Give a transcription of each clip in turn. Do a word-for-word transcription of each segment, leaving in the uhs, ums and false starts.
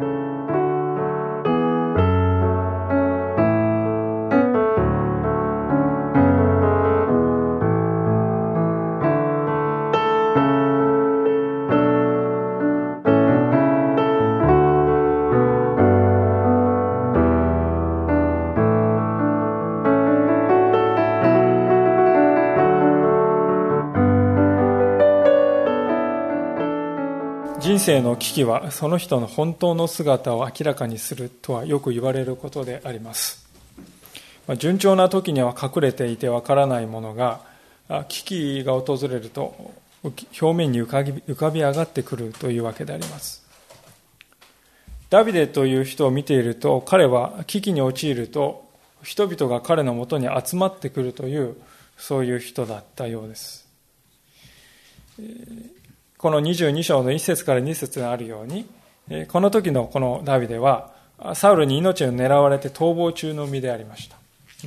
人生の危機はその人の本当の姿を明らかにするとはよく言われることであります。順調な時には隠れていてわからないものが、危機が訪れると表面に浮かび、浮かび上がってくるというわけであります。ダビデという人を見ていると、彼は危機に陥ると人々が彼のもとに集まってくるという、そういう人だったようです。このにじゅうに章のいっ節からに節にあるように、この時のこのダビデはサウルに命を狙われて逃亡中の身でありました。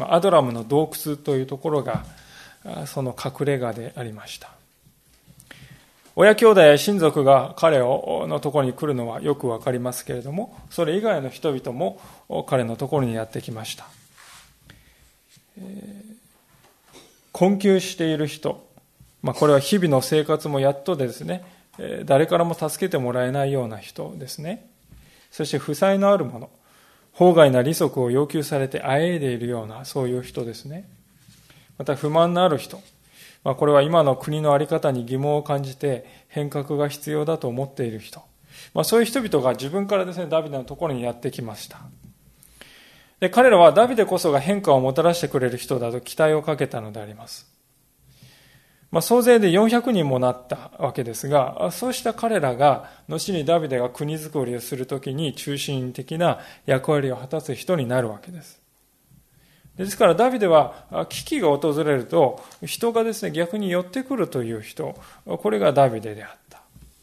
アドラムの洞窟というところがその隠れ家でありました。親兄弟や親族が彼をのところに来るのはよくわかりますけれども、それ以外の人々も彼のところにやってきました。困窮している人、まあ、これは日々の生活もやっとでですね、誰からも助けてもらえないような人ですね。そして負債のある者、法外な利息を要求されてあえいでいるような、そういう人ですね。また不満のある人、まあ、これは今の国の在り方に疑問を感じて変革が必要だと思っている人、まあ、そういう人々が自分からですね、ダビデのところにやってきました。で、彼らはダビデこそが変化をもたらしてくれる人だと期待をかけたのであります。まあ、総勢でよんひゃくにんもなったわけですが、そうした彼らが後にダビデが国づくりをするときに中心的な役割を果たす人になるわけです。ですからダビデは危機が訪れると人がですね、逆に寄ってくるという人、これがダビデであった。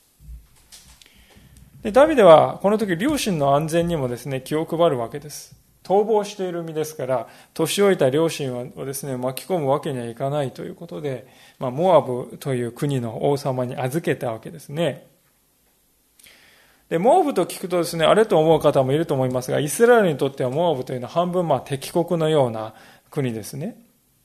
で、ダビデはこの時両親の安全にもですね、気を配るわけです。逃亡している身ですから、年老いた両親をですね、巻き込むわけにはいかないということで、まあ、モアブという国の王様に預けたわけですね。で、モアブと聞くとですね、あれと思う方もいると思いますが、イスラエルにとってはモアブというのは半分まあ敵国のような国ですね。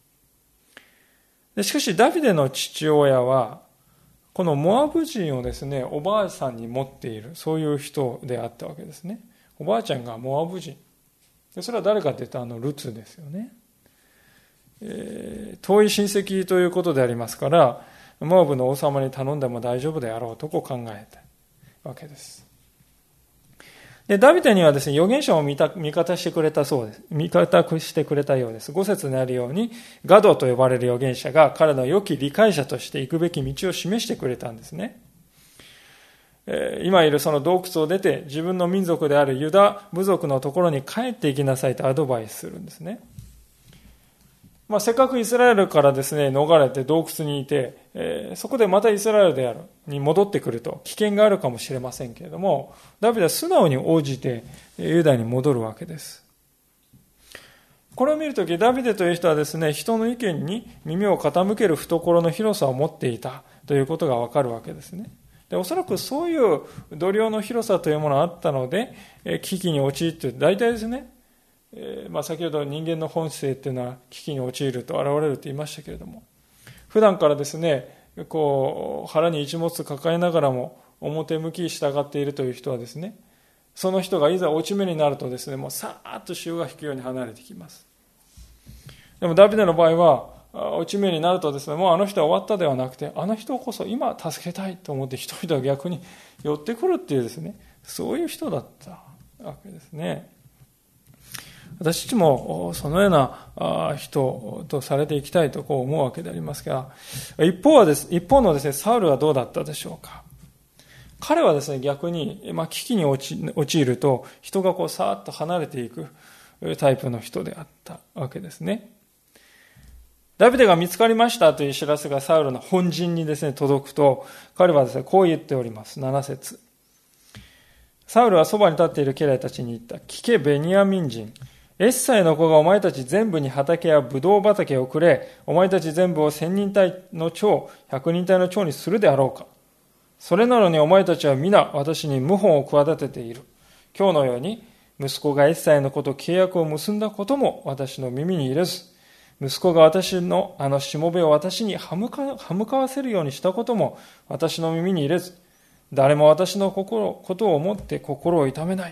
でしかしダビデの父親は、このモアブ人をですね、おばあさんに持っている、そういう人であったわけですね。おばあちゃんがモアブ人。それは誰かというと、あのルツですよね。えー、遠い親戚ということでありますから、モアブの王様に頼んでも大丈夫であろうとこう考えたわけです。で、ダビデにはですね、預言者を味方してくれたそうです。味方してくれたようです。ご節にあるように、ガドと呼ばれる預言者が彼の良き理解者として行くべき道を示してくれたんですね。今いるその洞窟を出て自分の民族であるユダ部族のところに帰っていきなさいとアドバイスするんですね。まあ、せっかくイスラエルからですね、逃れて洞窟にいて、えー、そこでまたイスラエルであるに戻ってくると危険があるかもしれませんけれども、ダビデは素直に応じてユダに戻るわけです。これを見るとき、ダビデという人はですね、人の意見に耳を傾ける懐の広さを持っていたということがわかるわけですね。で、おそらくそういう度量の広さというものがあったので、危機に陥って、大体ですね、えーまあ、先ほど人間の本性っていうのは危機に陥ると現れると言いましたけれども、普段からですね、こう腹に一物抱えながらも表向き従っているという人はですね、その人がいざ落ち目になるとですね、もうさーっと潮が引くように離れてきます。でもダビデの場合は落ち目になるとですね、もうあの人は終わったではなくて、あの人こそ今助けたいと思って人々は逆に寄ってくるっていうですね、そういう人だったわけですね。私たちもそのような人とされていきたいとこう思うわけでありますが、一方はです、一方のですね、サウルはどうだったでしょうか。彼はですね、逆に、まあ、危機に陥ると人がこうさーっと離れていくタイプの人であったわけですね。ダビデが見つかりましたという知らせがサウルの本陣にですね、届くと、彼はですね、こう言っております。なな節。サウルはそばに立っている家来たちに言った。聞け、ベニヤミン人。エッサイの子がお前たち全部に畑やブドウ畑をくれ、お前たち全部を千人隊の長、百人隊の長にするであろうか。それなのにお前たちは皆私に謀反を企てている。 今日のように息子が一切の子と契約を結んだことも私の耳に入れず、息子が私のあのしもべを私に歯向か、歯向かわせるようにしたことも私の耳に入れず、誰も私の心ことを思って心を痛めない。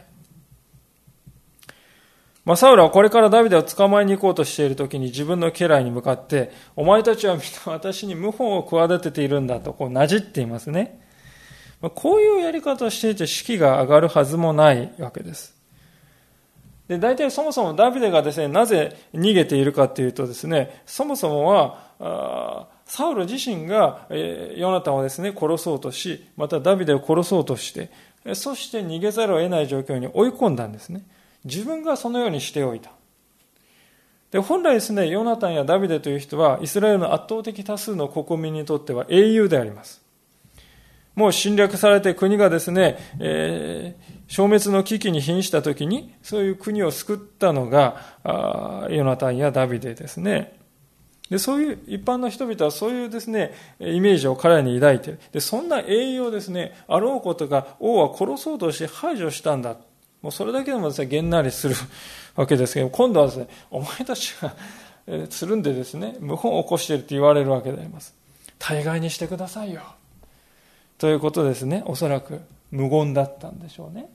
まあ、サウルはこれからダビデを捕まえに行こうとしているときに自分の家来に向かって、お前たちはみんな私に謀反を企てているんだとこうなじっていますね。まあ、こういうやり方をしていて士気が上がるはずもないわけです。で、大体そもそもダビデがですね、なぜ逃げているかというとですね、そもそもは、サウル自身が、えー、ヨナタンをですね、殺そうとし、またダビデを殺そうとして、そして逃げざるを得ない状況に追い込んだんですね。自分がそのようにしておいた。で、本来ですね、ヨナタンやダビデという人は、イスラエルの圧倒的多数の国民にとっては英雄であります。もう侵略されて国がですね、えー、消滅の危機に瀕したときに、そういう国を救ったのが、ヨナタンやダビデですね。で、そういう一般の人々はそういうですね、イメージを彼らに抱いている。で、そんな英雄をですね、あろうことが王は殺そうとして排除したんだ。もうそれだけでもですね、げんなりするわけですけど、今度はですね、お前たちがつるんでですね、謀反を起こしていると言われるわけであります。大概にしてくださいよ。ということですね、おそらく無言だったんでしょうね。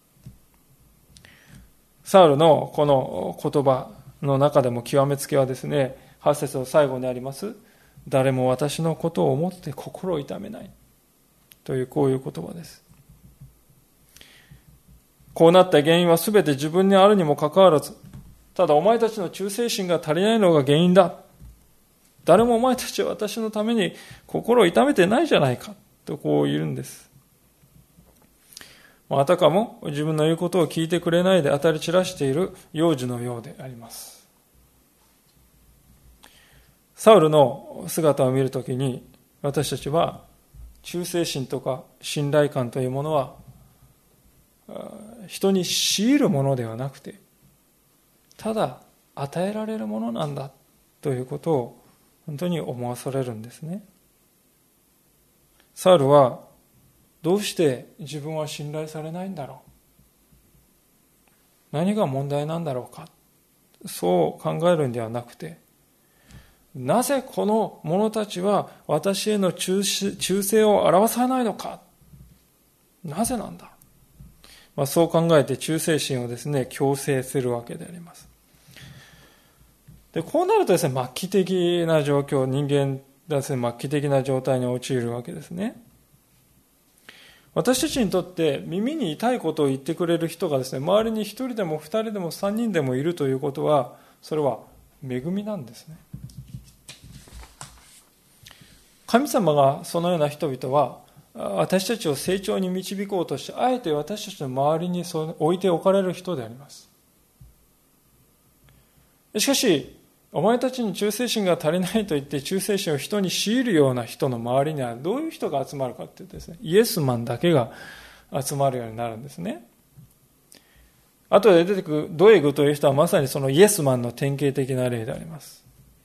サウルのこの言葉の中でも極めつけはですね、はち節の最後にあります、誰も私のことを思って心を痛めないというこういう言葉です。こうなった原因はすべて自分にあるにもかかわらず、ただお前たちの忠誠心が足りないのが原因だ。誰もお前たちは私のために心を痛めてないじゃないかとこう言うんです。あたかも自分の言うことを聞いてくれないで当たり散らしている幼児のようであります。サウルの姿を見るときに、私たちは忠誠心とか信頼感というものは人に強いるものではなくて、ただ与えられるものなんだということを本当に思わされるんですね。サウルはどうして自分は信頼されないんだろう、何が問題なんだろうか、そう考えるんではなくて、なぜこの者たちは私への忠誠を表さないのか、なぜなんだ、まあ、そう考えて忠誠心をですね強制するわけであります。で、こうなるとですね、末期的な状況、人間がですね、末期的な状態に陥るわけですね。私たちにとって耳に痛いことを言ってくれる人がですね、周りに一人でも二人でも三人でもいるということは、それは恵みなんですね。神様がそのような人々は私たちを成長に導こうとして、あえて私たちの周りに置いておかれる人であります。しかし、お前たちに忠誠心が足りないと言って忠誠心を人に強いるような人の周りにはどういう人が集まるかというとですね、イエスマンだけが集まるようになるんですね。後で出てくるドエグという人はまさにそのイエスマンの典型的な例であります。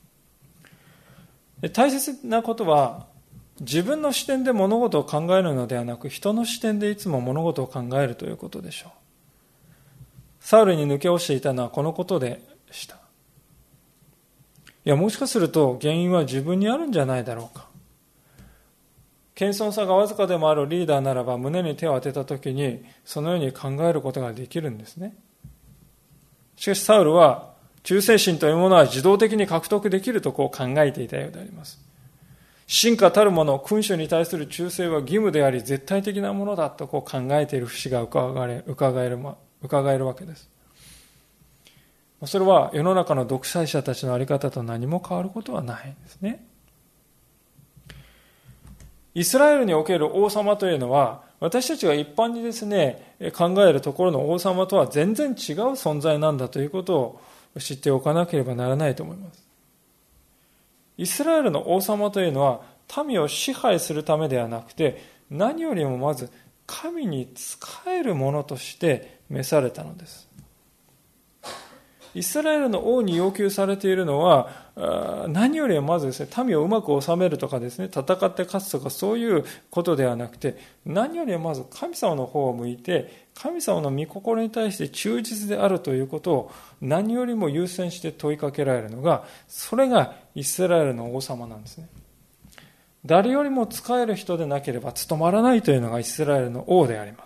で、大切なことは、自分の視点で物事を考えるのではなく、人の視点でいつも物事を考えるということでしょう。サウルに抜け落ちていたのはこのことでした。いや、もしかすると原因は自分にあるんじゃないだろうか。謙遜さがわずかでもあるリーダーならば、胸に手を当てたときにそのように考えることができるんですね。しかしサウルは忠誠心というものは自動的に獲得できるとこう考えていたようであります。臣下たるもの、君主に対する忠誠は義務であり絶対的なものだとこう考えている節が伺える、伺える、伺えるわけです。それは世の中の独裁者たちの在り方と何も変わることはないんですね。イスラエルにおける王様というのは、私たちが一般にですね、考えるところの王様とは全然違う存在なんだということを知っておかなければならないと思います。イスラエルの王様というのは、民を支配するためではなくて、何よりもまず神に仕えるものとして召されたのです。 イスラエルの王に要求されているのは、何よりもまずですね、民をうまく治めるとかですね、戦って勝つとかそういうことではなくて、何よりもまず神様の方を向いて、神様の御心に対して忠実であるということを何よりも優先して問いかけられるのが、それがイスラエルの王様なんですね。誰よりも仕える人でなければ務まらないというのがイスラエルの王であります。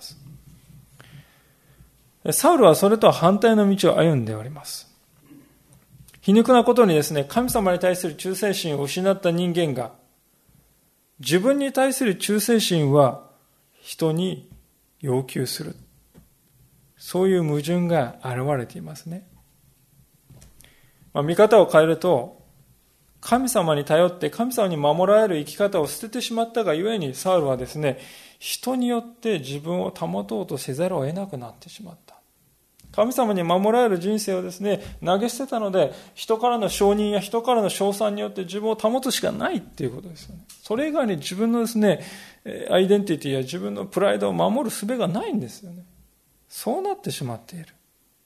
サウルはそれとは反対の道を歩んでおります。皮肉なことにですね、神様に対する忠誠心を失った人間が、自分に対する忠誠心は人に要求する。そういう矛盾が現れていますね。まあ、見方を変えると、神様に頼って神様に守られる生き方を捨ててしまったがゆえに、サウルはですね、人によって自分を保とうとせざるを得なくなってしまった。神様に守られる人生をですね、投げ捨てたので、人からの承認や人からの称賛によって自分を保つしかないっていうことですよね。それ以外に自分のですね、アイデンティティや自分のプライドを守る術がないんですよね。そうなってしまっている。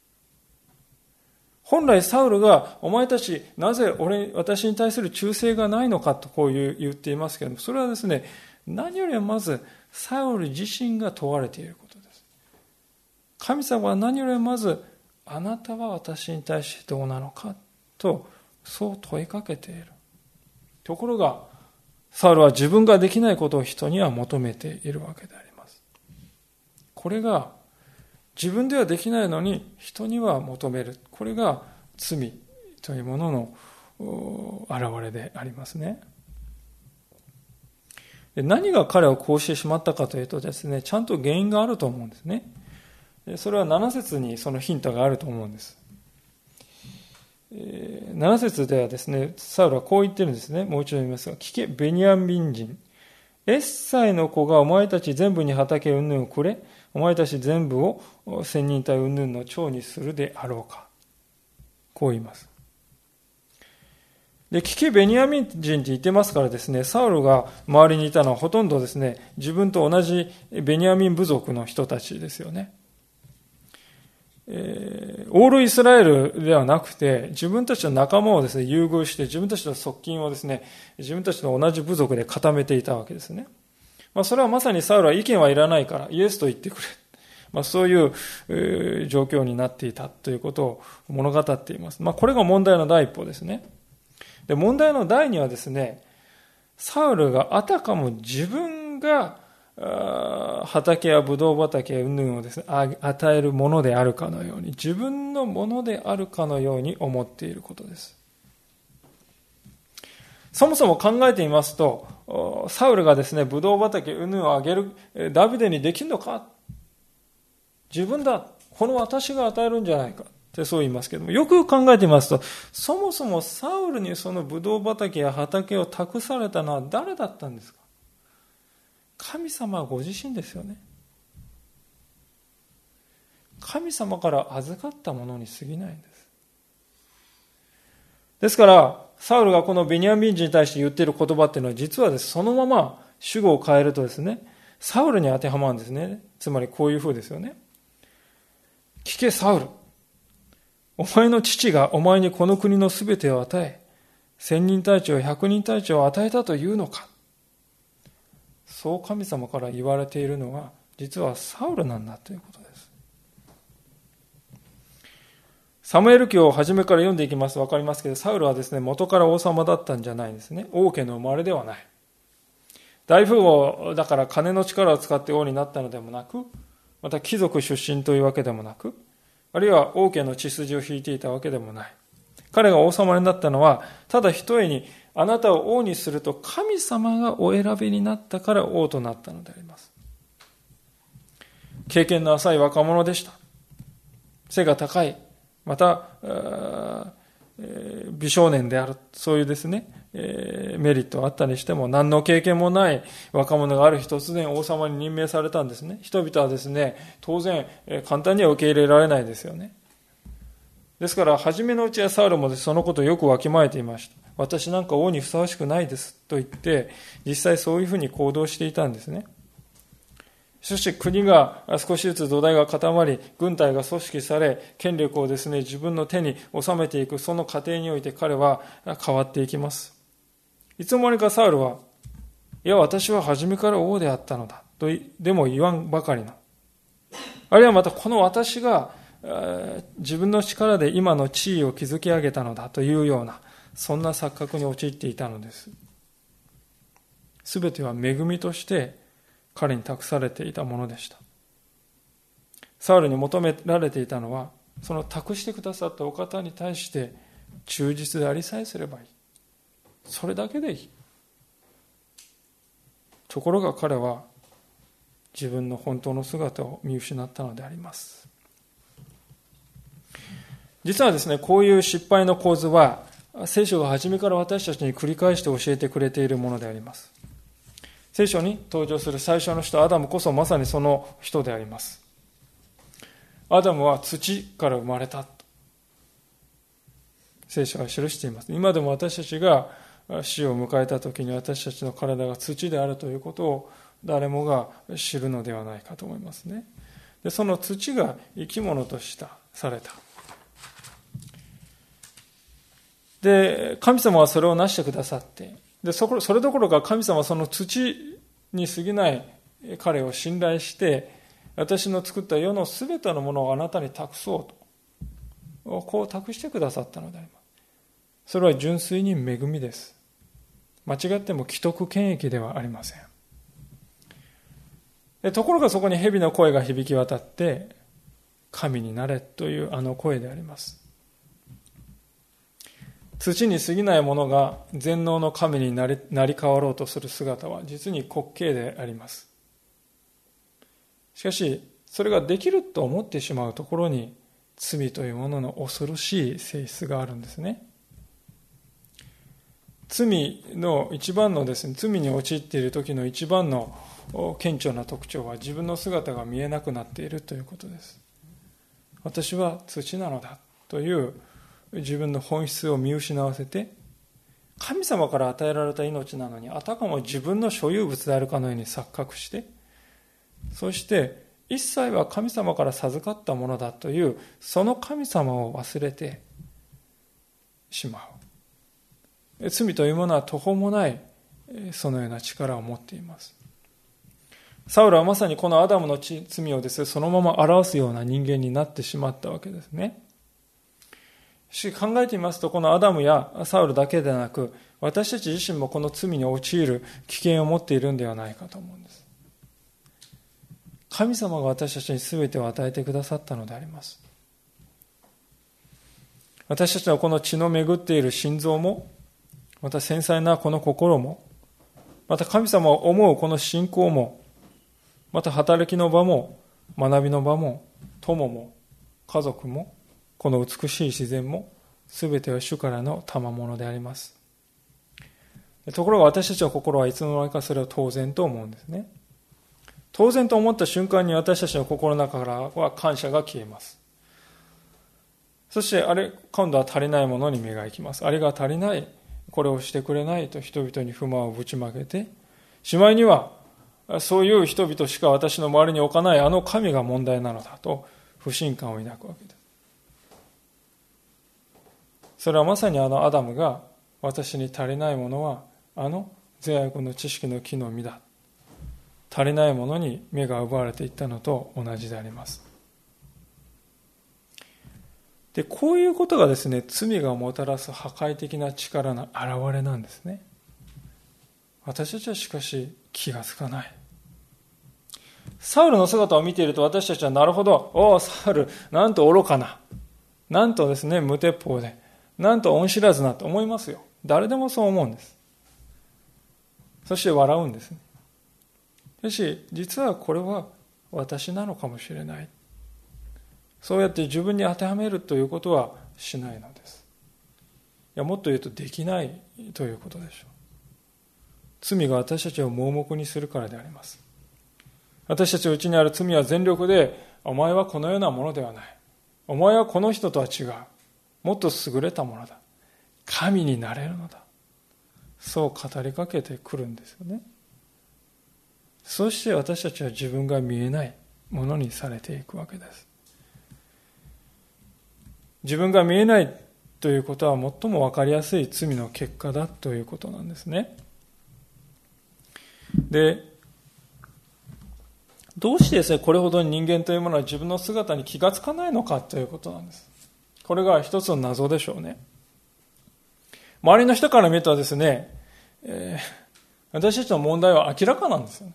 本来サウルが、お前たちなぜ俺私に対する忠誠がないのかとこう言っていますけれども、それはですね、何よりもまずサウル自身が問われていることです。神様は何よりもまず、あなたは私に対してどうなのかとそう問いかけている。ところがサウルは自分ができないことを人には求めているわけであります。これが自分ではできないのに人には求める。これが罪というものの現れでありますね。何が彼をこうしてしまったかというとですね、ちゃんと原因があると思うんですね。それはなな節にそのヒントがあると思うんです。なな節ではですね、サウルはこう言ってるんですね。もう一度言いますが、聞けベニヤミン人、エッサイの子がお前たち全部に畑云々をくれ、お前たち全部を千人隊云々の長にするであろうか。こう言います。で、聞けベニヤミン人って言ってますからですね、サウルが周りにいたのはほとんどですね、自分と同じベニヤミン部族の人たちですよね。えー、オールイスラエルではなくて、自分たちの仲間をですね、優遇して、自分たちの側近をですね、自分たちの同じ部族で固めていたわけですね。まあ、それはまさにサウルは意見はいらないから、イエスと言ってくれ。まあ、そういう、えー、状況になっていたということを物語っています。まあ、これが問題の第一歩ですね。で、問題の第二はですね、サウルがあたかも自分が畑やブドウ畑云々をですね、与えるものであるかのように、自分のものであるかのように思っていることです。そもそも考えてみますと、サウルがですね、ブドウ畑云々をあげるダビデにできるのか、自分だ、この私が与えるんじゃないかってそう言いますけども、よく考えてみますと、そもそもサウルにそのブドウ畑や畑を託されたのは誰だったんですか？神様ご自身ですよね。神様から預かったものに過ぎないんです。ですから、サウルがこのベニヤミン人に対して言っている言葉っていうのは実はです、そのまま主語を変えるとですね、サウルに当てはまるんですね。つまりこういう風ですよね。聞けサウル。お前の父がお前にこの国のすべてを与え、千人隊長、百人隊長を与えたというのか。そう神様から言われているのは実はサウルなんだということです。サムエル記を初めから読んでいきますと分かりますけど、サウルはですね、元から王様だったんじゃないんですね。王家の生まれではない。大富豪だから金の力を使って王になったのでもなく、また貴族出身というわけでもなく、あるいは王家の血筋を引いていたわけでもない。彼が王様になったのは、ただ一重にあなたを王にすると神様がお選びになったから王となったのであります。経験の浅い若者でした。背が高い、また美少年である、そういうですね、えー、メリットがあったにしても、何の経験もない若者がある日突然王様に任命されたんですね。人々はですね、当然簡単には受け入れられないですよね。ですから初めのうちはサウルもそのことをよくわきまえていました。私なんか王にふさわしくないですと言って、実際そういうふうに行動していたんですね。しそして国が少しずつ土台が固まり、軍隊が組織され、権力をですね、自分の手に収めていく、その過程において彼は変わっていきます。いつの間にかサウルは、いや、私は初めから王であったのだ、とでも言わんばかりの。あるいはまた、この私が自分の力で今の地位を築き上げたのだというような、そんな錯覚に陥っていたのです。すべては恵みとして彼に託されていたものでした。サウルに求められていたのは、その託してくださったお方に対して忠実でありさえすればいい。それだけでいい。ところが彼は自分の本当の姿を見失ったのであります。実はですね、こういう失敗の構図は聖書が初めから私たちに繰り返して教えてくれているものであります。聖書に登場する最初の人アダムこそまさにその人であります。アダムは土から生まれたと聖書は記しています。今でも私たちが死を迎えた時に私たちの体が土であるということを誰もが知るのではないかと思いますね。で、その土が生き物としたされた。で、神様はそれをなしてくださって、で、そこ、それどころか神様はその土に過ぎない彼を信頼して、私の作った世のすべてのものをあなたに託そうと、こう託してくださったのであります。それは純粋に恵みです。間違っても既得権益ではありません。で、ところがそこに蛇の声が響き渡って、神になれというあの声であります。土に過ぎないものが全能の神になり、なり変わろうとする姿は実に滑稽であります。しかし、それができると思ってしまうところに罪というものの恐ろしい性質があるんですね。罪の一番のですね、罪に陥っている時の一番の顕著な特徴は自分の姿が見えなくなっているということです。私は土なのだという自分の本質を見失わせて、神様から与えられた命なのにあたかも自分の所有物であるかのように錯覚して、そして一切は神様から授かったものだというその神様を忘れてしまう。罪というものは途方もないそのような力を持っています。サウルはまさにこのアダムの罪をですね、そのまま表すような人間になってしまったわけですね。しかし考えてみますと、このアダムやサウルだけでなく、私たち自身もこの罪に陥る危険を持っているんではないかと思うんです。神様が私たちに全てを与えてくださったのであります。私たちのこの血の巡っている心臓も、また繊細なこの心も、また神様を思うこの信仰も、また働きの場も、学びの場も、友も、家族も、この美しい自然も、すべては主からの賜物であります。ところが私たちの心はいつの間にかそれを当然と思うんですね。当然と思った瞬間に私たちの心の中からは感謝が消えます。そしてあれ、今度は足りないものに目が行きます。あれが足りない、これをしてくれないと人々に不満をぶちまけて、しまいにはそういう人々しか私の周りに置かないあの神が問題なのだと不信感を抱くわけです。それはまさにあのアダムが私に足りないものはあの善悪の知識の木の実だ。足りないものに目が奪われていったのと同じであります。で、こういうことがですね、罪がもたらす破壊的な力の表れなんですね。私たちはしかし気がつかない。サウルの姿を見ていると私たちはなるほど、おお、サウル、なんと愚かな。なんとですね、無鉄砲で、なんと恩知らずなと思いますよ。誰でもそう思うんです。そして笑うんですね。しかし、実はこれは私なのかもしれない。そうやって自分に当てはめるということはしないのです。いや、もっと言うとできないということでしょう。罪が私たちを盲目にするからであります。私たちのうちにある罪は全力で、お前はこのようなものではない。お前はこの人とは違う。もっと優れたものだ。神になれるのだ。そう語りかけてくるんですよね。 そして私たちは自分が見えないものにされていくわけです。自分が見えないということは最も分かりやすい罪の結果だということなんですね。で、どうしてですね、これほど人間というものは自分の姿に気がつかないのかということなんです。これが一つの謎でしょうね。周りの人から見るとですね、えー、私たちの問題は明らかなんですよね。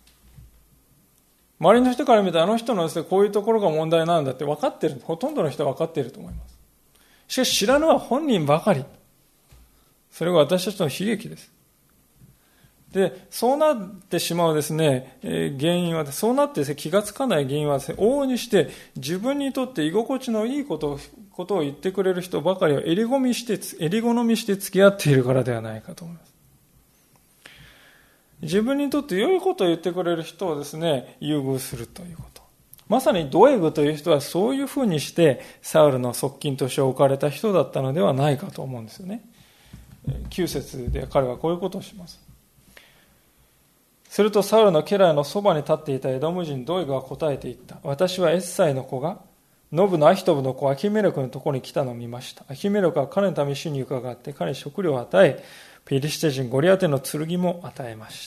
周りの人から見るとあの人のですね、こういうところが問題なんだって分かっている。ほとんどの人は分かっていると思います。しかし知らぬは本人ばかり。それが私たちの悲劇です。で、そうなってしまうですね、えー、原因は、そうなってですね、気がつかない原因はですね、往々にして自分にとって居心地のいいことを、ことを言ってくれる人ばかりを襟好みして、襟好みして付き合っているからではないかと思います。自分にとって良いことを言ってくれる人をですね、優遇するということ。まさにドエグという人はそういうふうにしてサウルの側近として置かれた人だったのではないかと思うんですよね。きゅう節で彼はこういうことをします。するとサウルの家来のそばに立っていたエドム人ドエグは答えて言った。私はエッサイの子がノブのアヒトブの子アヒメレクのところに来たのを見ました。アヒメレクは彼のために主に伺って彼に食料を与え、ペリシテ人ゴリアテの剣も与えました。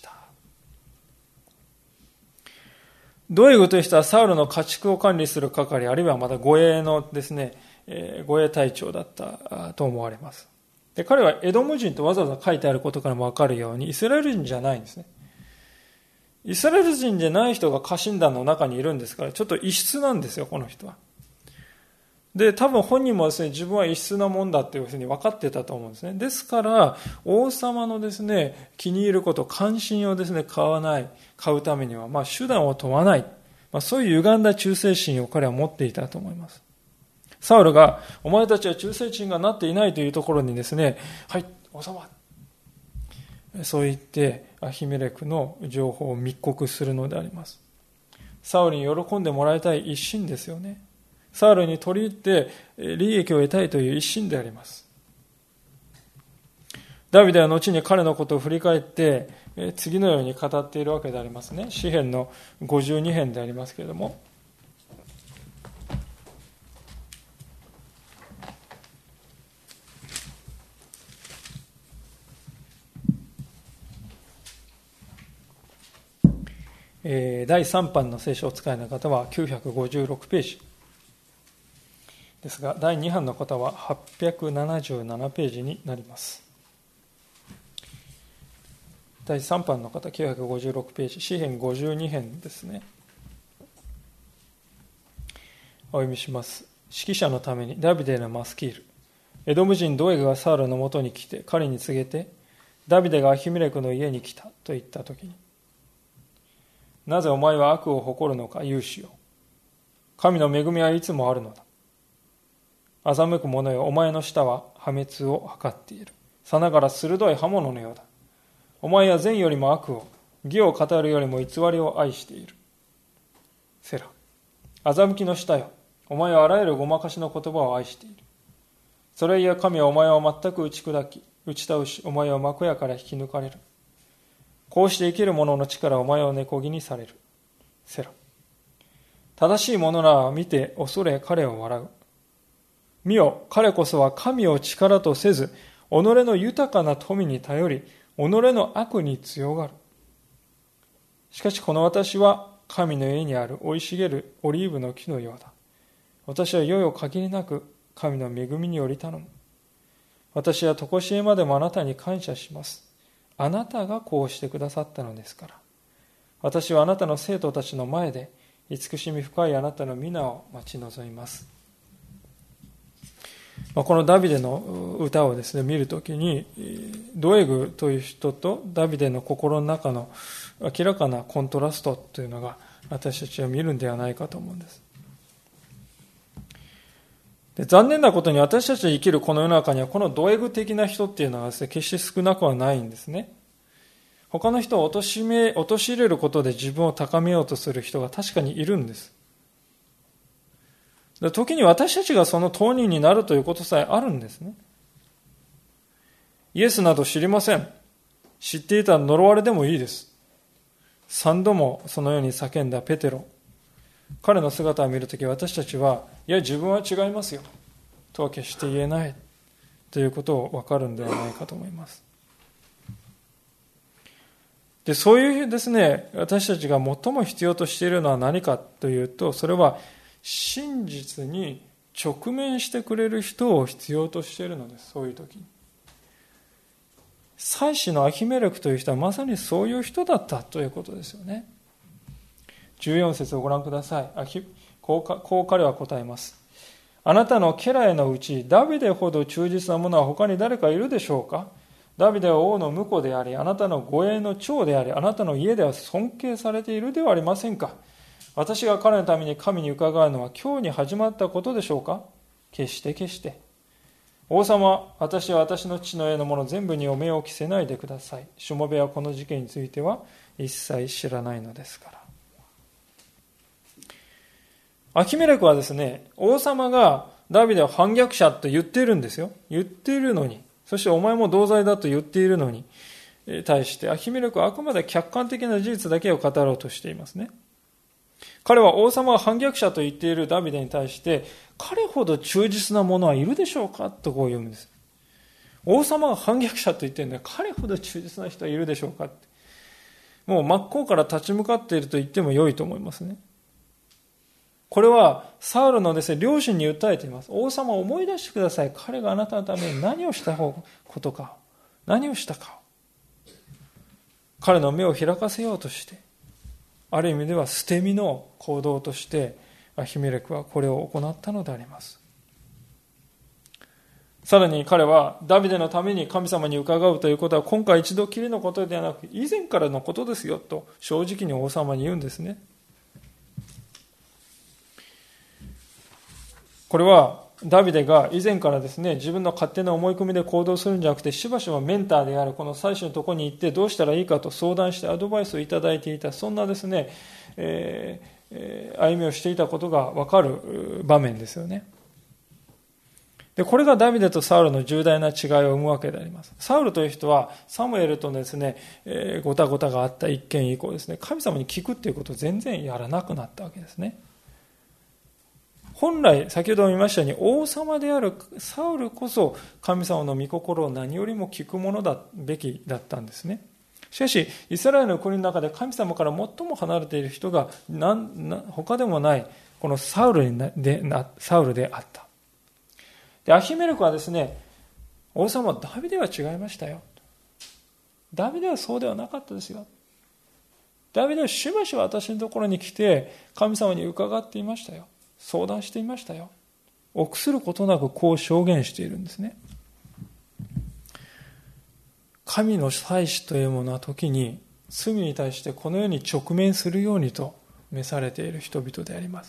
ドエグという人はサウルの家畜を管理する係、あるいはまた護衛のですね、えー、護衛隊長だったと思われます。で、彼はエドム人とわざわざ書いてあることからもわかるようにイスラエル人じゃないんですね。イスラエル人じゃない人が家臣団の中にいるんですから、ちょっと異質なんですよ、この人は。で、多分本人もですね、自分は異質なもんだっていうふうに分かってたと思うんですね。ですから、王様のですね、気に入ること、関心をですね、買わない、買うためには、まあ手段を問わない。まあそういう歪んだ忠誠心を彼は持っていたと思います。サウルが、お前たちは忠誠心がなっていないというところにですね、はい、王様。そう言って、アヒメレクの情報を密告するのであります。サウルに喜んでもらいたい一心ですよね。サウルに取り入って利益を得たいという一心であります。ダビデは後に彼のことを振り返って次のように語っているわけでありますね。詩編のごじゅうに編でありますけれども、だいさん版の聖書をお使いの方はきゅうひゃくごじゅうろくページですが、だいに版の方ははっぴゃくななじゅうななページになります。だいさん版の方きゅうひゃくごじゅうろくページ、詩編ごじゅうに編ですね。お読みします。指揮者のためにダビデのマスキール。エドム人ドエグがサウルのもとに来て彼に告げて、ダビデがアヒメレクの家に来たと言ったときに、なぜお前は悪を誇るのか、勇士よ。神の恵みはいつもあるのだ。欺く者よ、お前の舌は破滅を図っている。さながら鋭い刃物のようだ。お前は善よりも悪を、義を語るよりも偽りを愛している。セラ。欺きの舌よ、お前はあらゆるごまかしの言葉を愛している。それゆえ神はお前を全く打ち砕き、打ち倒し、お前を幕屋から引き抜かれる。こうして生きる者の力をお前を根こぎにされる。セラ。正しい者らは見て恐れ彼を笑う。見よ、彼こそは神を力とせず、己の豊かな富に頼り、己の悪に強がる。しかしこの私は神の家にある生い茂るオリーブの木のようだ。私は世々限りなく神の恵みにより頼む。私は常しえまでもあなたに感謝します。あなたがこうしてくださったのですから。私はあなたの生徒たちの前で慈しみ深いあなたの皆を待ち望みます。このダビデの歌をですね、見るときに、ドエグという人とダビデの心の中の明らかなコントラストというのが私たちは見るんではないかと思うんです。で、残念なことに私たちが生きるこの世の中にはこのドエグ的な人っていうのはですね、決して少なくはないんですね。他の人を陥め、陥れることで自分を高めようとする人が確かにいるんです。時に私たちがその当人になるということさえあるんですね。イエスなど知りません。知っていたら呪われでもいいです。 三度もそのように叫んだペテロ。彼の姿を見るとき、私たちは、いや自分は違いますよとは決して言えないということを分かるんではないかと思います。で、そういうですね、私たちが最も必要としているのは何かというと、それは真実に直面してくれる人を必要としているのです。そういう時に。祭司のアヒメレクという人はまさにそういう人だったということですよね。じゅうよん節をご覧ください。こうか、こう彼は答えます。あなたの家来のうちダビデほど忠実な者は他に誰かいるでしょうか。ダビデは王の婿であり、あなたの護衛の長であり、あなたの家では尊敬されているではありませんか。私が彼のために神に伺うのは今日に始まったことでしょうか。決して決して。王様、私は私の父の家のもの全部にお目を着せないでください。しもべはこの事件については一切知らないのですから。アヒメレクはですね、王様がダビデを反逆者と言っているんですよ。言っているのに。そしてお前も同罪だと言っているのに対してアヒメレクはあくまで客観的な事実だけを語ろうとしていますね。彼は王様が反逆者と言っているダビデに対して彼ほど忠実な者はいるでしょうかとこう言うんです。王様が反逆者と言っているのは彼ほど忠実な人はいるでしょうかって。もう真っ向から立ち向かっていると言っても良いと思いますね。これはサウルのですね、両親に訴えています。王様を思い出してください。彼があなたのために何をしたことか、何をしたか。彼の目を開かせようとして、ある意味では捨て身の行動としてアヒメレクはこれを行ったのであります。さらに彼はダビデのために神様に伺うということは今回一度きりのことではなく以前からのことですよと正直に王様に言うんですね。これはダビデが以前からですね、自分の勝手な思い込みで行動するんじゃなくて、しばしばメンターであるこの祭司のところに行ってどうしたらいいかと相談してアドバイスをいただいていた、そんなですね、えーえー、歩みをしていたことがわかる場面ですよね。で、これがダビデとサウルの重大な違いを生むわけであります。サウルという人はサムエルとですね、えー、ごたごたがあった一件以降ですね、神様に聞くっていうことを全然やらなくなったわけですね。本来、先ほども言いましたように、王様であるサウルこそ神様の御心を何よりも聞くものだべきだったんですね。しかし、イスラエルの国の中で神様から最も離れている人が何な他でもないこのサウルでサウルであった。で、アヒメレクはですね、王様はダビデは違いましたよ。ダビデはそうではなかったですよ。ダビデはしばしば私のところに来て神様に伺っていましたよ。相談していましたよ。臆することなくこう証言しているんですね。神の祭司というものは時に罪に対してこのように直面するようにと召されている人々であります。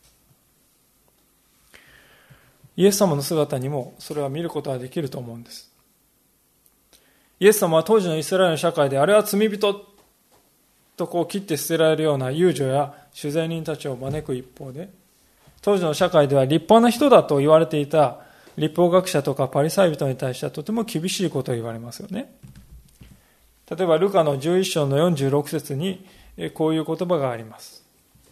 イエス様の姿にもそれは見ることができると思うんです。イエス様は当時のイスラエルの社会であれは罪人とこう切って捨てられるような遊女や主税人たちを招く一方で、当時の社会では立派な人だと言われていた律法学者とかパリサイ人に対してはとても厳しいことを言われますよね。例えばルカのじゅういっ章のよんじゅうろく節にこういう言葉があります。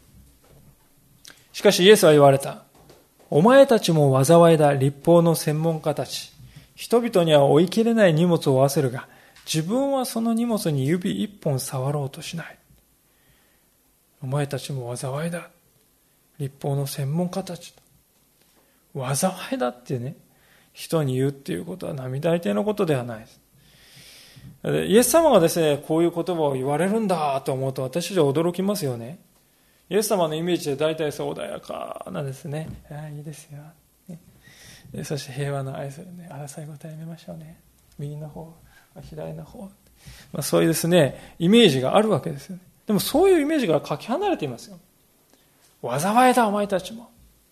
しかしイエスは言われた。お前たちも災いだ律法の専門家たち。人々には追い切れない荷物を負わせるが、自分はその荷物に指一本触ろうとしない。お前たちも災いだ。律法の専門家たち。災いだってね、人に言うっていうことは並大抵のことではないです。イエス様がですね、こういう言葉を言われるんだと思うと私たちは驚きますよね。イエス様のイメージで大体そう穏やかなですね。ああ、いいですよ。ね、そして平和な愛するね。争い事やめましょうね。右の方、左の方。まあ、そういうですね、イメージがあるわけですよね。でもそういうイメージからかけ離れていますよ。災いだお前たちも。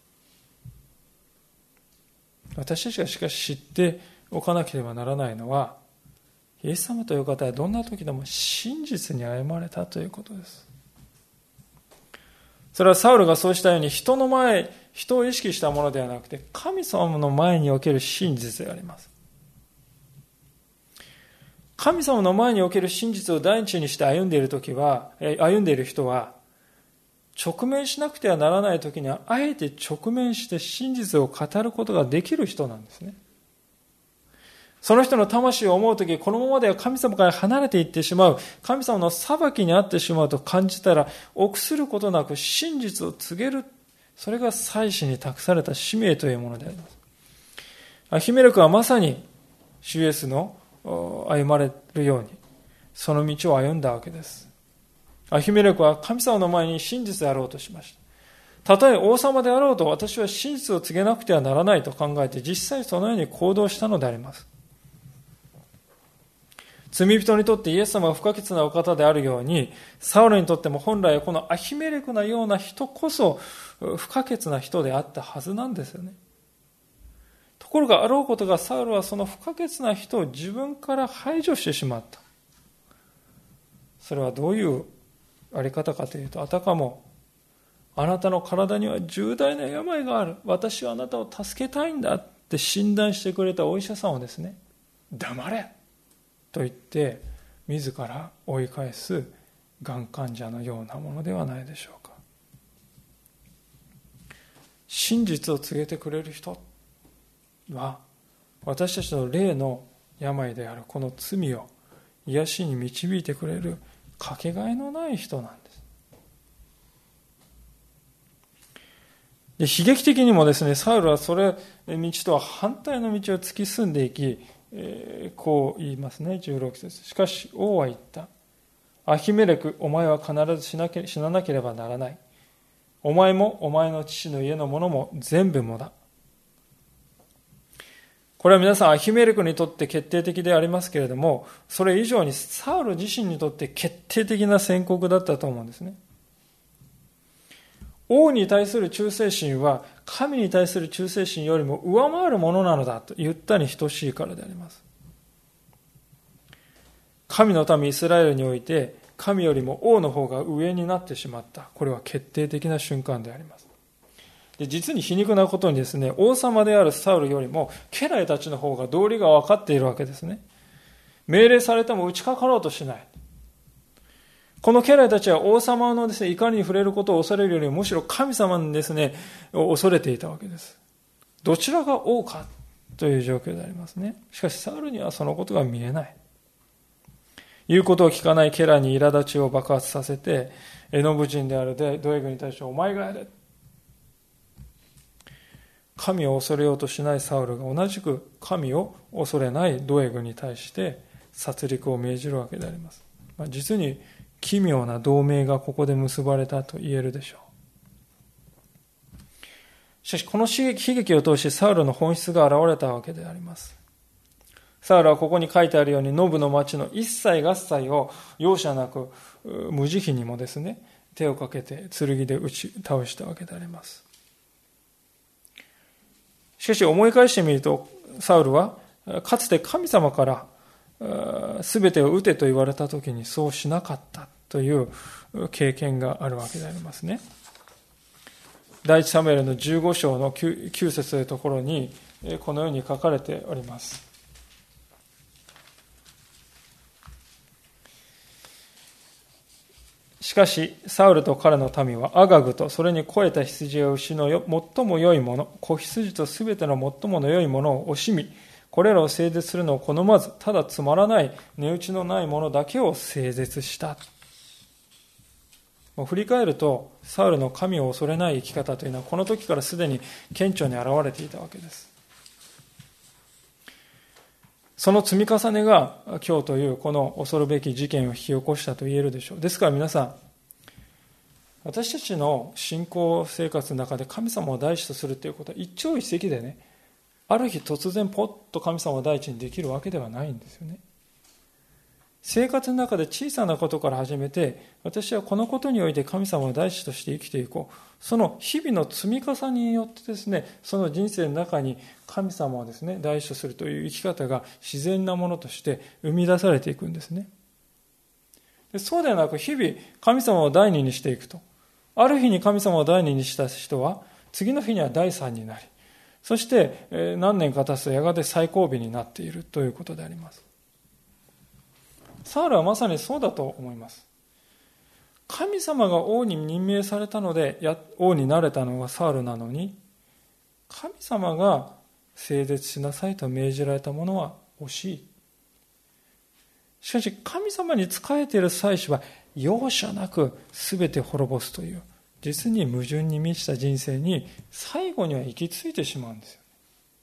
私たちがしかし知っておかなければならないのは、イエス様という方はどんな時でも真実に歩まれたということです。それはサウルがそうしたように人の前、人を意識したものではなくて神様の前における真実であります。 神様の前における真実を第一にして歩んでいるときは、歩んでいる人は、直面しなくてはならないときには、あえて直面して真実を語ることができる人なんですね。その人の魂を思うとき、このままでは神様から離れていってしまう、神様の裁きにあってしまうと感じたら、臆することなく真実を告げる。それが祭司に託された使命というものであります。アヒメレクはまさに主イエスの歩まれるように、その道を歩んだわけです。アヒメレクは神様の前に真実であろうとしました。たとえ王様であろうと私は真実を告げなくてはならないと考えて、実際そのように行動したのであります。罪人にとってイエス様が不可欠なお方であるように、サウルにとっても本来このアヒメレクのような人こそ不可欠な人であったはずなんですよね。ところがあろうことが、サウルはその不可欠な人を自分から排除してしまった。それはどういうあり方かというと、あたかもあなたの体には重大な病がある、私はあなたを助けたいんだって診断してくれたお医者さんをですね、黙れと言って自ら追い返すがん患者のようなものではないでしょうか。真実を告げてくれる人は、私たちの霊の病であるこの罪を癒しに導いてくれるかけがえのない人なんです。で、悲劇的にもですね、サウルはそれ道とは反対の道を突き進んでいき、えー、こう言いますね、じゅうろく節。しかし王は言った。アヒメレク、お前は必ず死なけ、死ななければならない。お前もお前の父の家のものも全部もだ。これは皆さんアヒメレクにとって決定的でありますけれども、それ以上にサウル自身にとって決定的な宣告だったと思うんですね。王に対する忠誠心は神に対する忠誠心よりも上回るものなのだと言ったに等しいからであります。神の民イスラエルにおいて神よりも王の方が上になってしまった。これは決定的な瞬間であります。で、実に皮肉なことにですね、王様であるサウルよりも家来たちの方が道理が分かっているわけですね。命令されても打ちかかろうとしない。この家来たちは王様のですね、怒りに触れることを恐れるよりもむしろ神様にですね、恐れていたわけです。どちらが王かという状況でありますね。しかしサウルにはそのことが見えない。言うことを聞かない家来に苛立ちを爆発させて、エノブ人であるドエグに対してお前がやれ。神を恐れようとしないサウルが同じく神を恐れないドエグに対して殺戮を命じるわけであります。まあ、実に奇妙な同盟がここで結ばれたと言えるでしょう。しかしこの悲劇を通してサウルの本質が現れたわけであります。サウルはここに書いてあるようにノブの町の一切合切を容赦なく無慈悲にもですね、手をかけて剣で打ち倒したわけであります。しかし思い返してみると、サウルはかつて神様からすべてを撃てと言われたときにそうしなかったという経験があるわけでありますね。第一サムエルのじゅうご章のきゅう節というところにこのように書かれております。しかしサウルと彼の民はアガグとそれに肥えた羊や牛の最も良いもの、子羊とすべての最もの良いものを惜しみ、これらを整絶するのを好まず、ただつまらない値打ちのないものだけを整絶した。もう振り返るとサウルの神を恐れない生き方というのはこの時からすでに顕著に現れていたわけです。その積み重ねが今日というこの恐るべき事件を引き起こしたと言えるでしょう。ですから皆さん、私たちの信仰生活の中で神様を第一とするということは一朝一夕でね、ある日突然ポッと神様を第一にできるわけではないんですよね。生活の中で小さなことから始めて、私はこのことにおいて神様を第一として生きていこう。その日々の積み重ねによってですね、その人生の中に神様をですね、第一とするという生き方が自然なものとして生み出されていくんですね。で、そうではなく日々神様を第二にしていくと。ある日に神様を第二にした人は、次の日には第三になり、そして何年か経つとやがて最後尾になっているということであります。 サウルはまさにそうだと思います。神様が王に任命されたのでや王になれたのがサウルなのに、神様が聖絶しなさいと命じられたものは惜しい。しかし神様に仕えている祭司は容赦なく全て滅ぼすという実に矛盾に満ちた人生に最後には行き着いてしまうんですよ。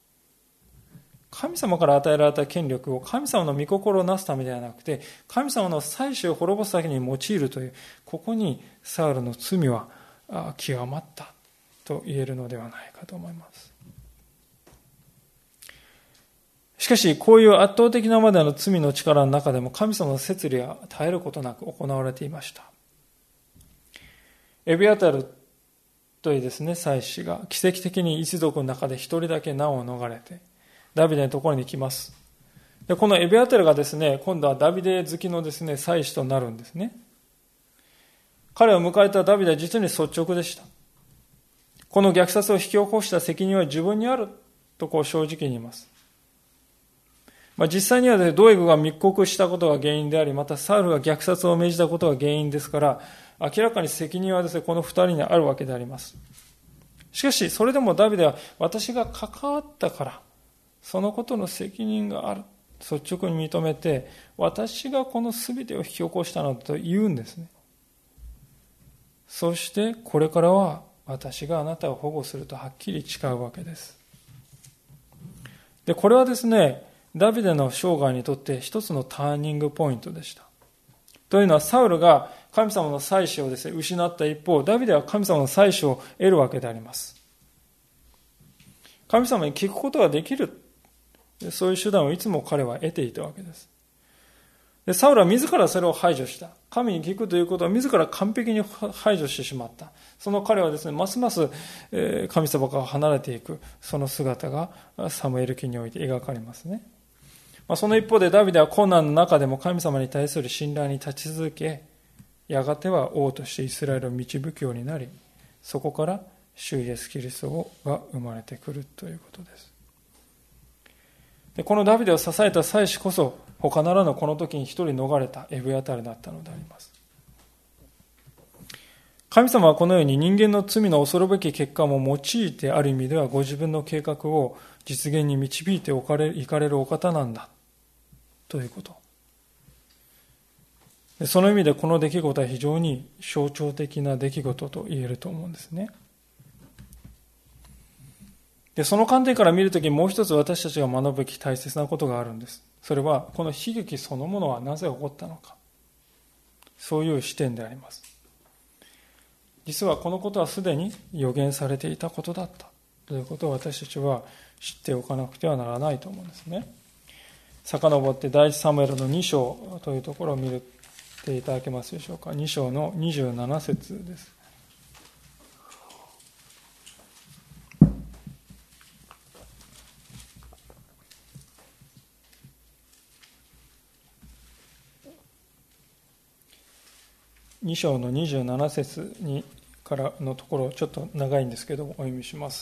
神様から与えられた権力を神様の御心をなすためではなくて、神様の祭司を滅ぼすだけに用いるという、ここにサウルの罪は極まったと言えるのではないかと思います。しかし、こういう圧倒的なまでの罪の力の中でも神様の摂理は絶えることなく行われていました。エビアタルというですね、祭司が奇跡的に一族の中で一人だけ難を逃れて、ダビデのところに来ます。で、このエビアテルがですね、今度はダビデ好きのですね、祭司となるんですね。彼を迎えたダビデは実に率直でした。この虐殺を引き起こした責任は自分にあるとこう正直に言います。まあ、実際には、ね、ドエグが密告したことが原因であり、またサウルが虐殺を命じたことが原因ですから、明らかに責任はですね、この二人にあるわけであります。しかし、それでもダビデは私が関わったから、そのことの責任がある。率直に認めて、私がこの全てを引き起こしたのだと言うんですね。そして、これからは私があなたを保護するとはっきり誓うわけです。で、これはですね、ダビデの生涯にとって一つのターニングポイントでした。というのは、サウルが神様の祭司をですね、失った一方、ダビデは神様の祭司を得るわけであります。神様に聞くことができる。そういう手段をいつも彼は得ていたわけです。で、サウルは自らそれを排除した。神に聞くということを自ら完璧に排除してしまった。その彼はですね、ますます神様から離れていく、その姿がサムエル記において描かれますね。まあ、その一方でダビデは困難の中でも神様に対する信頼に立ち続け、やがては王としてイスラエルを導くようになり、そこから主イエスキリストが生まれてくるということです。で、このダビデを支えた祭司こそ、他ならぬこの時に一人逃れたエブヤタルだったのであります。神様はこのように人間の罪の恐るべき結果も用いて、ある意味ではご自分の計画を実現に導いておかれいかれるお方なんだということ。で、その意味でこの出来事は非常に象徴的な出来事と言えると思うんですね。で、その観点から見るとき、もう一つ私たちが学ぶべき大切なことがあるんです。それは、この悲劇そのものはなぜ起こったのか。そういう視点であります。実はこのことはすでに予言されていたことだったということを私たちは知っておかなくてはならないと思うんですね。遡って第一サムエルのに章というところを見ていただけますでしょうか。に章のにじゅうなな節です。に章のにじゅうなな節にからのところ、ちょっと長いんですけどもお読みします。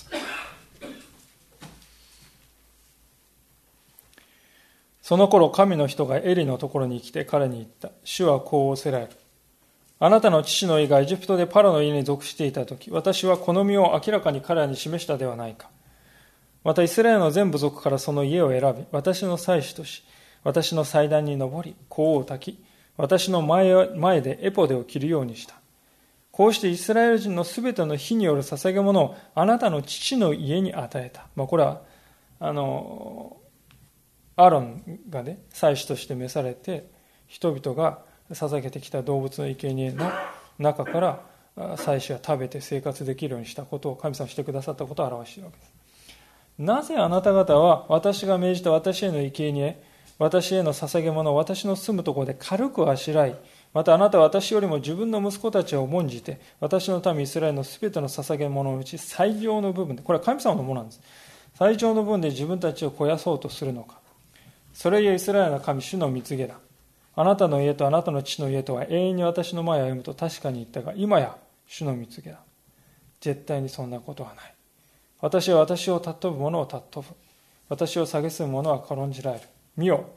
その頃神の人がエリのところに来て彼に言った。主はこう仰せられる。あなたの父の家がエジプトでパロの家に属していたとき、私はこの身を明らかに彼らに示したではないか。またイスラエルの全部族からその家を選び、私の祭司とし、私の祭壇に登り、香を焚き、私の前前でエポデを着るようにした。こうしてイスラエル人のすべての火による捧げ物をあなたの父の家に与えた。まあ、これは、あの、アロンがね、祭司として召されて、人々が捧げてきた動物の生贄の中から祭司が食べて生活できるようにしたことを神様してくださったことを表しているわけです。なぜあなた方は私が命じた私への生贄、私への捧げ物を私の住むところで軽くあしらい、またあなたは私よりも自分の息子たちを重んじて、私の民イスラエルのすべての捧げ物のうち最上の部分で、これは神様のものなんです。最上の部分で自分たちを肥やそうとするのか。それゆえイスラエルの神、主の蜜げだ。あなたの家とあなたの父の家とは永遠に私の前を歩むと確かに言ったが、今や主の蜜げだ。絶対にそんなことはない。私は私を尊ぶ者を尊ぶ。私を蔑む者は軽んじられる。見よ、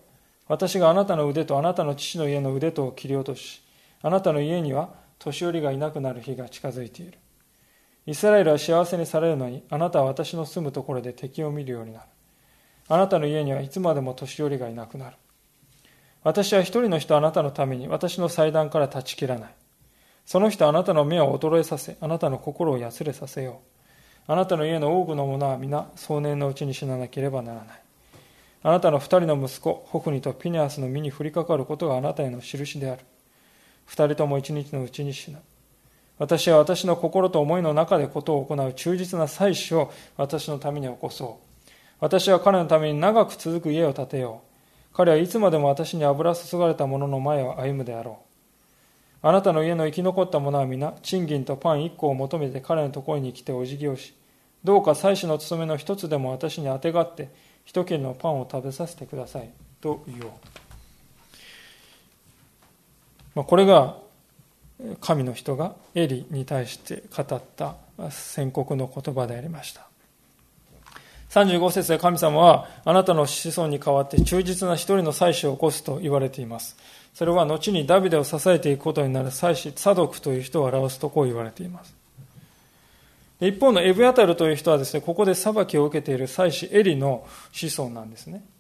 私があなたの腕とあなたの父の家の腕とを切り落とし、あなたの家には年寄りがいなくなる日が近づいている。イスラエルは幸せにされるのに、あなたは私の住むところで敵を見るようになる。あなたの家にはいつまでも年寄りがいなくなる。私は一人の人あなたのために私の祭壇から断ち切らない。その人あなたの目を衰えさせ、あなたの心をやつれさせよう。あなたの家の多くの者は皆壮年のうちに死ななければならない。あなたの二人の息子、ホフニとピネアスの身に降りかかることがあなたへの印である。二人とも一日のうちに死ぬ。私は私の心と思いの中でことを行う忠実な祭司を私のために起こそう。私は彼のために長く続く家を建てよう。彼はいつまでも私に油注がれた者の前を歩むであろう。あなたの家の生き残った者は皆、賃金とパン一個を求めて彼のところに来てお辞儀をし、どうか祭司の務めの一つでも私にあてがって、一切れのパンを食べさせてください。と言おう。まあ、これが、神の人がエリに対して語った宣告の言葉でありました。さんじゅうご節で神様はあなたの子孫に代わって忠実な一人の祭司を起こすと言われています。それは後にダビデを支えていくことになる祭司サドクという人を表すとこう言われています。一方のエブヤタルという人はですね、ここで裁きを受けている祭司エリの子孫なんですね。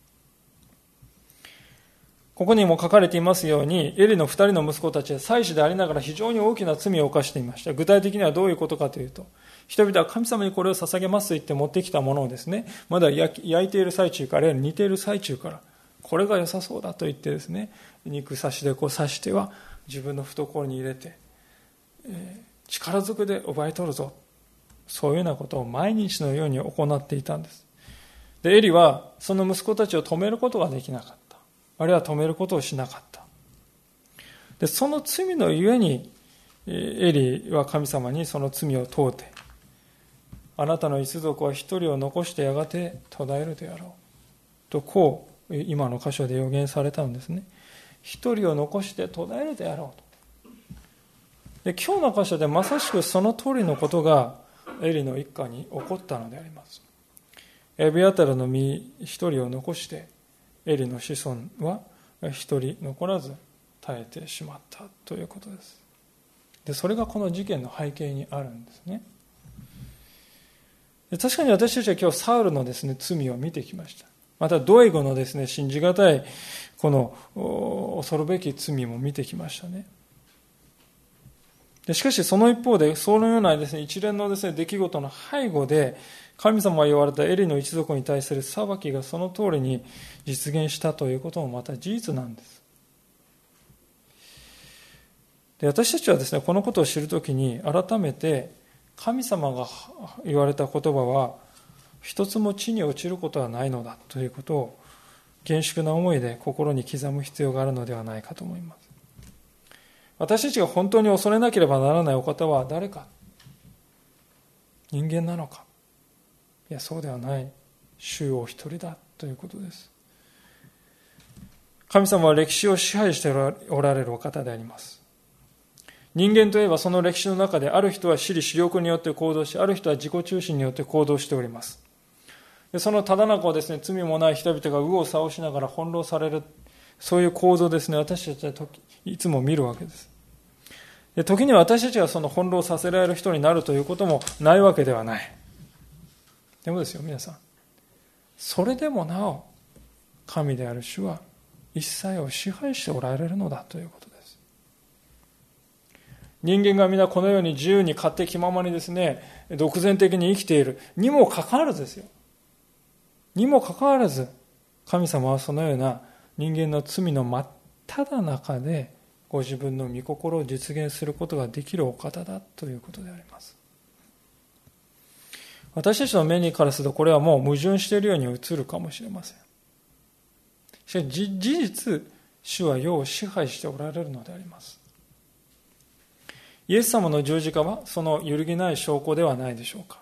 ここにも書かれていますように、エリの二人の息子たちは祭司でありながら非常に大きな罪を犯していました。具体的にはどういうことかというと、人々は神様にこれを捧げますと言って持ってきたものをですね、まだ焼いている最中から、あるいは煮ている最中から、これが良さそうだと言ってですね、肉刺しでこう刺しては自分の懐に入れて、えー、力ずくで奪い取るぞ。そういうようなことを毎日のように行っていたんです。で、エリはその息子たちを止めることができなかった。あるいは止めることをしなかった。で、その罪のゆえに、エリは神様にその罪を問うて、あなたの一族は一人を残してやがて途絶えるであろう。と、こう、今の箇所で予言されたんですね。一人を残して途絶えるであろうと。で、今日の箇所でまさしくその通りのことがエリの一家に起こったのであります。エビアタルの身一人を残して、エリの子孫は一人残らず絶えてしまったということです。で、それがこの事件の背景にあるんですね。で、確かに私たちは今日サウルのですね、罪を見てきました。またドエゴのですね、信じがたいこの恐るべき罪も見てきましたね。で、しかしその一方で、そのようなですね、一連のですね、出来事の背後で、神様が言われたエリの一族に対する裁きがその通りに実現したということもまた事実なんです。で、私たちはですね、このことを知るときに改めて神様が言われた言葉は一つも地に落ちることはないのだということを厳粛な思いで心に刻む必要があるのではないかと思います。私たちが本当に恐れなければならないお方は誰か？人間なのか？いや、そうではない。主お一人だということです。神様は歴史を支配しておられるお方であります。人間といえばその歴史の中で、ある人は私利私欲によって行動し、ある人は自己中心によって行動しております。で、そのただ中をですね、罪もない人々が右往左往しながら翻弄される、そういう構造ですね、私たちはいつも見るわけです。で、時には私たちがその翻弄させられる人になるということもないわけではない。でもですよ、皆さん。それでもなお、神である主は一切を支配しておられるのだということです。人間が皆このように自由に勝手気ままにですね、独善的に生きているにもかかわらずですよ。にもかかわらず、神様はそのような人間の罪の真っ只中でご自分の御心を実現することができるお方だということであります。私たちの目にからするとこれはもう矛盾しているように映るかもしれません。しかし事実、主は世を支配しておられるのであります。イエス様の十字架はその揺るぎない証拠ではないでしょうか。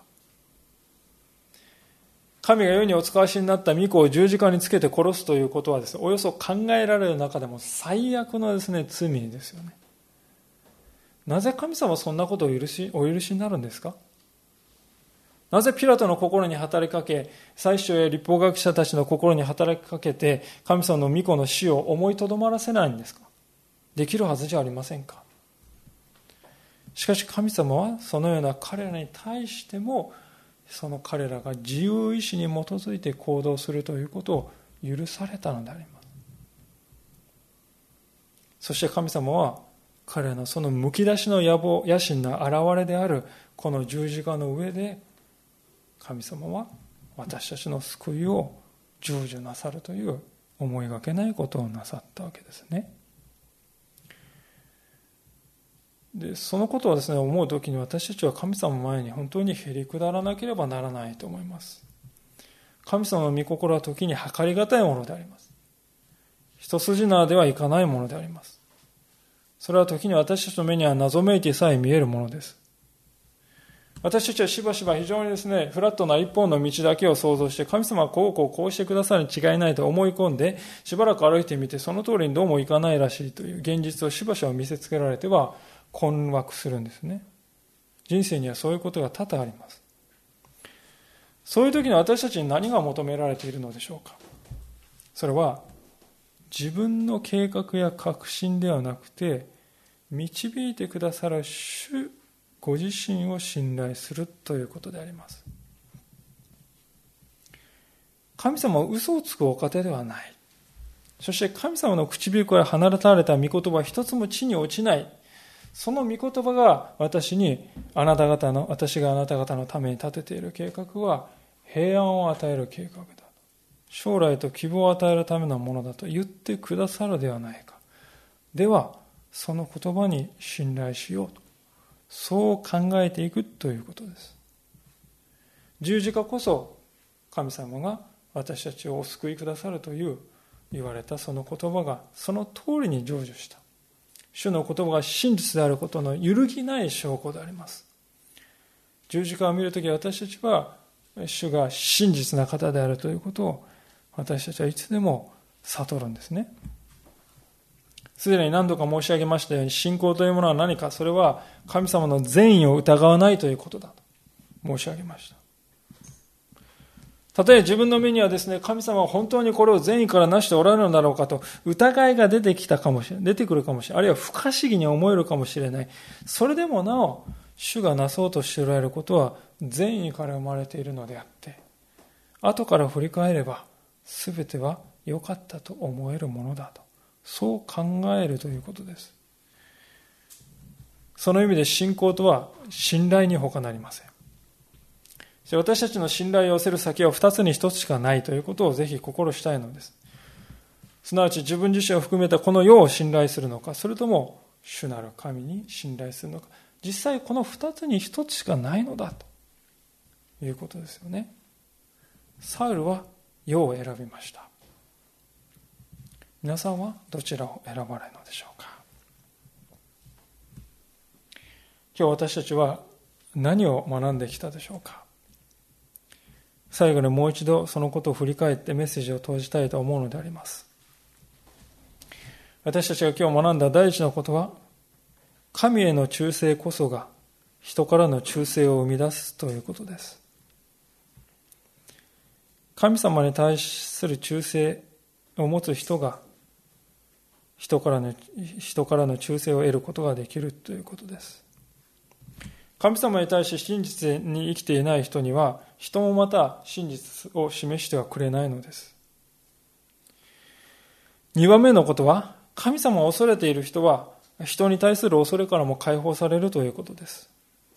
神が世にお使わしになった御子を十字架につけて殺すということはですね、およそ考えられる中でも最悪のですね、罪ですよね。なぜ神様はそんなことを許し、お許しになるんですか？ なぜピラトの心に働きかけ、祭司や律法学者たちの心に働きかけて、神様の御子の死を思いとどまらせないんですか？できるはずじゃありませんか？しかし神様はそのような彼らに対しても、その彼らが自由意志に基づいて行動するということを許されたのであります。そして神様は彼らのそのむき出しの野望、野心の現れであるこの十字架の上で、神様は私たちの救いを成就なさるという思いがけないことをなさったわけですね。で、そのことをですね、思うときに私たちは神様の前に本当にへりくだらなければならないと思います。神様の御心は時に計りがたいものであります。一筋縄ではいかないものであります。それは時に私たちの目には謎めいてさえ見えるものです。私たちはしばしば非常にですね、フラットな一本の道だけを想像して、神様はこうこうこうしてくださるに違いないと思い込んで、しばらく歩いてみて、その通りにどうもいかないらしいという現実をしばしば見せつけられては困惑するんですね。人生にはそういうことが多々あります。そういう時に私たちに何が求められているのでしょうか。それは自分の計画や確信ではなくて、導いてくださる主ご自身を信頼するということであります。神様は嘘をつくお方ではない。そして神様の唇から放たれた御言葉は一つも地に落ちない。その御言葉が私にあなた方の、私があなた方のために立てている計画は平安を与える計画だ。将来と希望を与えるためのものだと言ってくださるではないか。では、その言葉に信頼しようと。そう考えていくということです。十字架こそ神様が私たちをお救いくださるという言われたその言葉がその通りに成就した。主の言葉が真実であることの揺るぎない証拠であります。十字架を見るとき私たちは主が真実な方であるということを私たちはいつでも悟るんですね。すでに何度か申し上げましたように、信仰というものは何か、それは神様の善意を疑わないということだと申し上げました。たとえ自分の目にはですね、神様は本当にこれを善意からなしておられるのだろうかと疑いが出てきたかもしれない、出てくるかもしれない、あるいは不可思議に思えるかもしれない。それでもなお主がなそうとしておられることは善意から生まれているのであって、後から振り返れば全ては良かったと思えるものだと、そう考えるということです。その意味で信仰とは信頼に他なりません。私たちの信頼を寄せる先は二つに一つしかないということをぜひ心したいのです。すなわち自分自身を含めたこの世を信頼するのか、それとも主なる神に信頼するのか、実際この二つに一つしかないのだということですよね。サウルは世を選びました。皆さんはどちらを選ばれるのでしょうか。今日私たちは何を学んできたでしょうか。最後にもう一度そのことを振り返ってメッセージを投じたいと思うのであります。私たちが今日学んだ第一のことは、神への忠誠こそが人からの忠誠を生み出すということです。神様に対する忠誠を持つ人が人からの、人からの忠誠を得ることができるということです。神様に対して真実に生きていない人には、人もまた真実を示してはくれないのです。二番目のことは、神様を恐れている人は、人に対する恐れからも解放されるということです。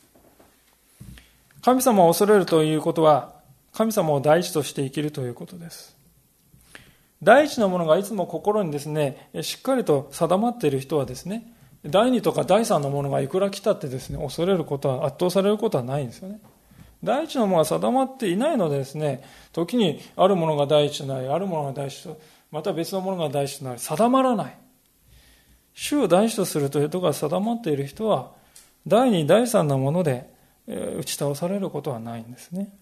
神様を恐れるということは、神様を第一として生きるということです。第一のものがいつも心にですね、しっかりと定まっている人はですね、第二とか第三のものがいくら来たってですね、恐れることは、圧倒されることはないんですよね。第一のものが定まっていないのでですね、時にあるものが第一となり、あるものが第一と、また別のものが第一となり、定まらない。主を第一とするということが定まっている人は、第二、第三のもので打ち倒されることはないんですね。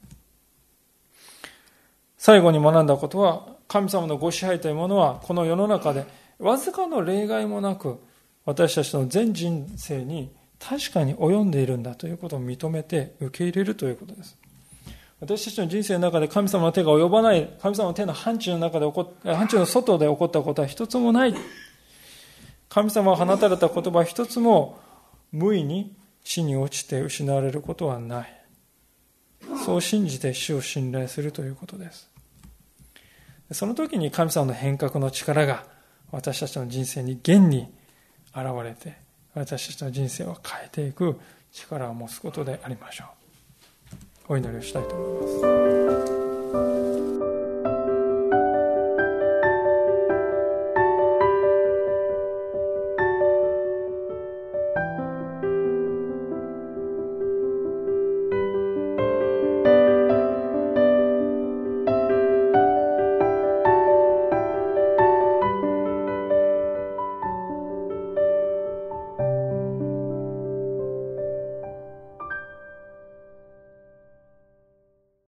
最後に学んだことは、神様のご支配というものはこの世の中でわずかの例外もなく私たちの全人生に確かに及んでいるんだということを認めて受け入れるということです。 私たちの人生の中で神様の手が及ばない、神様の手の範疇の中で起こっ、範疇の外で起こったことは一つもない。神様が放たれた言葉一つも無意に地に落ちて失われることはない。そう信じて主を信頼するということです。その時に神様の変革の力が私たちの人生に現に現れて、私たちの人生を変えていく力を持つことでありましょう。お祈りをしたいと思います。